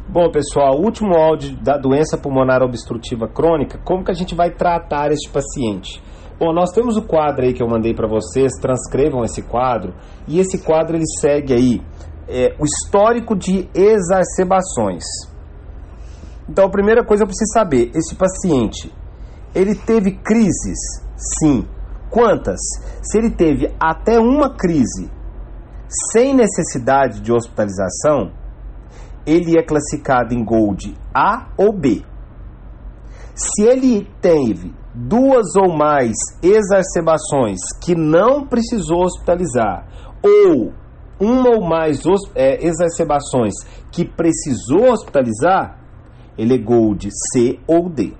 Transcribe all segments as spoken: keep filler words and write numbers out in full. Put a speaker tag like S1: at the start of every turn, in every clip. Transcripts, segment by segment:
S1: Bom, pessoal, último áudio da doença pulmonar obstrutiva crônica, como que a gente vai tratar este paciente? Bom, nós temos o quadro aí que eu mandei para vocês, transcrevam esse quadro, e esse quadro ele segue aí é, o histórico de exacerbações. Então, a primeira coisa eu preciso saber, esse paciente, ele teve crises? Sim. Quantas? Se ele teve até uma crise sem necessidade de hospitalização, ele é classificado em Gold A ou B. Se ele teve duas ou mais exacerbações que não precisou hospitalizar, ou uma ou mais é, exacerbações que precisou hospitalizar, ele é Gold C ou D.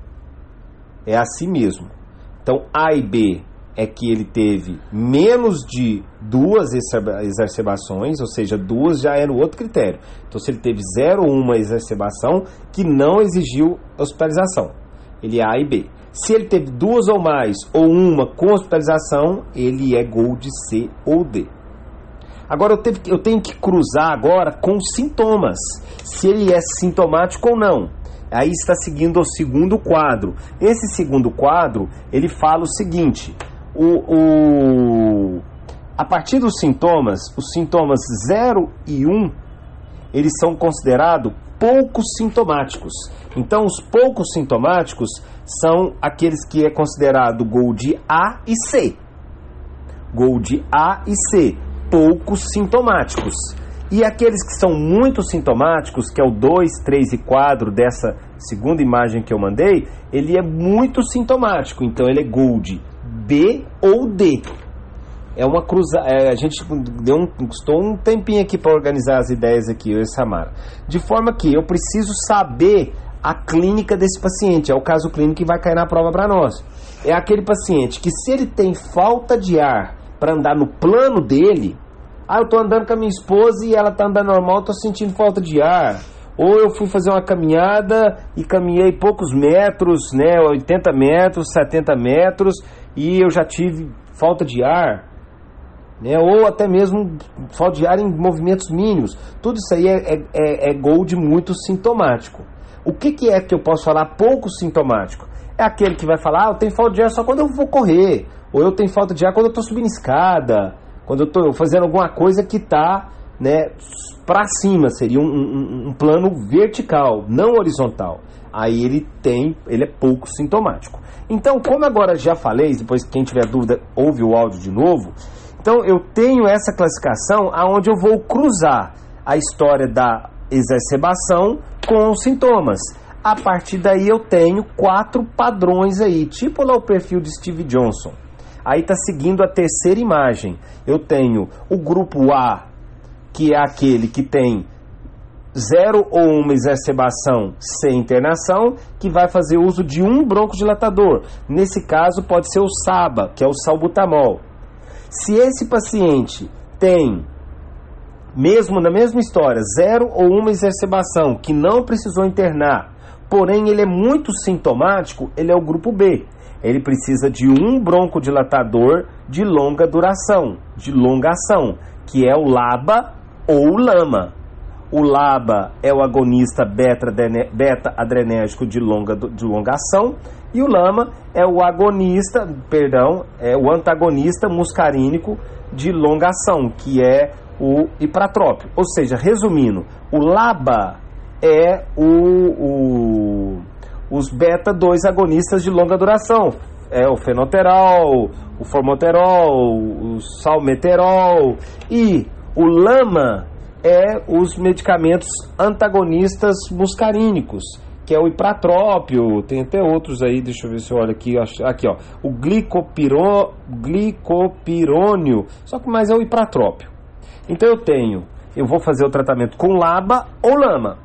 S1: É assim mesmo. Então, A e B é que ele teve menos de duas exacerbações, ou seja, duas já era o outro critério. Então, se ele teve zero ou uma exacerbação que não exigiu hospitalização, ele é A e B. Se ele teve duas ou mais, ou uma com hospitalização, ele é Gold C ou D. Agora, eu, teve, eu tenho que cruzar agora com os sintomas, se ele é sintomático ou não. Aí está seguindo o segundo quadro. Esse segundo quadro, ele fala o seguinte... O, o, a partir dos sintomas, os sintomas zero e um, eles são considerados poucos sintomáticos. Então, os poucos sintomáticos são aqueles que é considerado Gold A e C. Gold A e C, poucos sintomáticos. E aqueles que são muito sintomáticos, que é o dois, três e quatro dessa segunda imagem que eu mandei, ele é muito sintomático, então ele é Gold B ou D. É uma cruza... É, a gente deu um, custou um tempinho aqui para organizar as ideias aqui, eu e Samara. De forma que eu preciso saber a clínica desse paciente. É o caso clínico que vai cair na prova para nós. É aquele paciente que, se ele tem falta de ar para andar no plano dele... Ah, eu estou andando com a minha esposa e ela está andando normal, estou sentindo falta de ar. Ou eu fui fazer uma caminhada e caminhei poucos metros, né, oitenta metros, setenta metros, e eu já tive falta de ar, né, ou até mesmo falta de ar em movimentos mínimos. Tudo isso aí é, é, é Gold muito sintomático. O que, que é que eu posso falar pouco sintomático? É aquele que vai falar, ah, eu tenho falta de ar só quando eu vou correr, ou eu tenho falta de ar quando eu estou subindo escada, quando eu estou fazendo alguma coisa que está, né, para cima, seria um, um, um plano vertical, não horizontal. Aí ele tem, ele é pouco sintomático. Então, como agora já falei, depois quem tiver dúvida, ouve o áudio de novo. Então, eu tenho essa classificação aonde eu vou cruzar a história da exacerbação com os sintomas. A partir daí eu tenho quatro padrões aí, tipo lá o perfil de Steve Johnson. Aí está seguindo a terceira imagem. Eu tenho o grupo A, que é aquele que tem zero ou uma exacerbação sem internação, que vai fazer uso de um broncodilatador. Nesse caso pode ser o S A B A, que é o salbutamol. Se esse paciente tem, mesmo na mesma história, zero ou uma exacerbação, que não precisou internar, porém ele é muito sintomático, ele é o grupo B. Ele precisa de um broncodilatador de longa duração, de longa ação, que é o LABA ou LAMA. O LABA é o agonista beta-adrenérgico de longa, de longa ação, e o LAMA é o agonista, perdão, é o antagonista muscarínico de longa ação, que é o ipratrópio. Ou seja, resumindo, o LABA é o... o os beta dois agonistas de longa duração, é o fenoterol, o formoterol, o salmeterol, e o LAMA é os medicamentos antagonistas muscarínicos, que é o ipratrópio, tem até outros aí, deixa eu ver se eu olho aqui, aqui ó, o glicopiro, glicopirônio, só que mais é o ipratrópio. Então eu tenho, eu vou fazer o tratamento com LABA ou LAMA.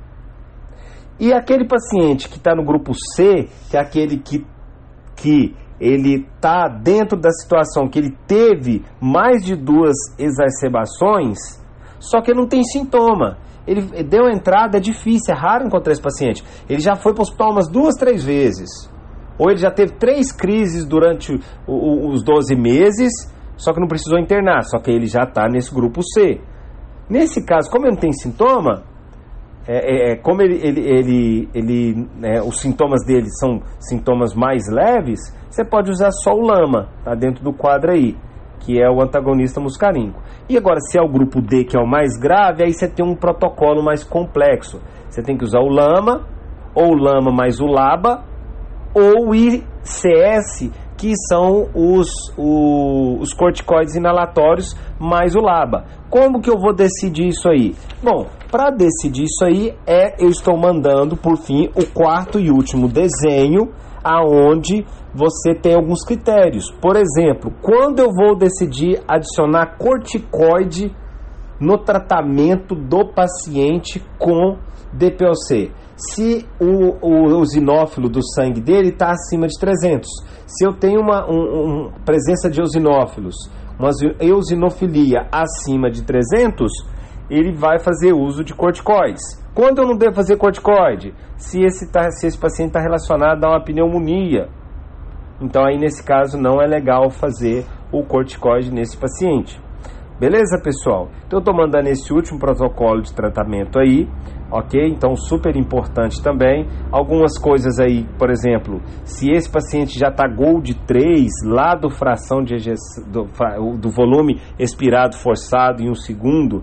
S1: E aquele paciente que está no grupo C, que é aquele que, que ele está dentro da situação que ele teve mais de duas exacerbações, só que ele não tem sintoma. Ele deu entrada, é difícil, é raro encontrar esse paciente. Ele já foi para o hospital umas duas, três vezes. Ou ele já teve três crises durante o, o, os doze meses, só que não precisou internar, só que ele já está nesse grupo C. Nesse caso, como ele não tem sintoma, é, é, como ele, ele, ele, ele é, os sintomas dele são sintomas mais leves, você pode usar só o LAMA, tá dentro do quadro aí, que é o antagonista muscarínico. E agora, se é o grupo D, que é o mais grave, aí você tem um protocolo mais complexo. Você tem que usar o LAMA, ou o LAMA mais o LABA, ou o I C S, que são os, os, os corticoides inalatórios mais o LABA. Como que eu vou decidir isso aí? Bom, para decidir isso aí, é, eu estou mandando, por fim, o quarto e último desenho, aonde você tem alguns critérios. Por exemplo, quando eu vou decidir adicionar corticoide no tratamento do paciente com D P O C? Se o, o, o eosinófilo do sangue dele está acima de trezentos. Se eu tenho uma um, um, presença de eosinófilos, uma eosinofilia acima de trezentos, ele vai fazer uso de corticoides. Quando eu não devo fazer corticoide? Se esse, tá, se esse paciente está relacionado a uma pneumonia. Então aí nesse caso não é legal fazer o corticoide nesse paciente. Beleza, pessoal? Então eu estou mandando esse último protocolo de tratamento aí, ok? Então super importante também. Algumas coisas aí, por exemplo, se esse paciente já está Gold três, lá do fração de ejeção, do, do volume expirado forçado em um segundo,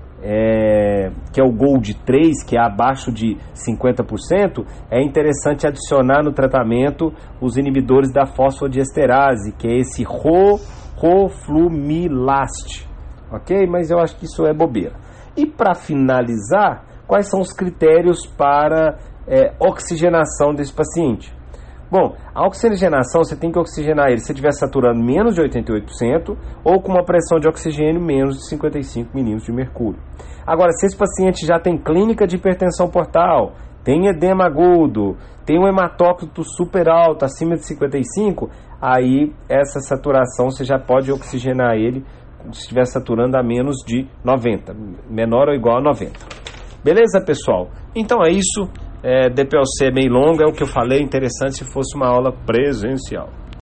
S1: é, que é o Gold três, que é abaixo de cinquenta por cento, é interessante adicionar no tratamento os inibidores da fosfodiesterase, que é esse ro, roflumilaste. Ok? Mas eu acho que isso é bobeira. E para finalizar, quais são os critérios para é, oxigenação desse paciente? Bom, a oxigenação você tem que oxigenar ele se estiver saturando menos de oitenta e oito por cento ou com uma pressão de oxigênio menos de cinquenta e cinco milímetros de mercúrio. Agora, se esse paciente já tem clínica de hipertensão portal, tem edema agudo, tem um hematócrito super alto, acima de cinquenta e cinco, aí essa saturação você já pode oxigenar ele se estiver saturando a menos de noventa, menor ou igual a noventa. Beleza, pessoal? Então é isso. É, D P O C é meio longo, é o que eu falei, interessante se fosse uma aula presencial.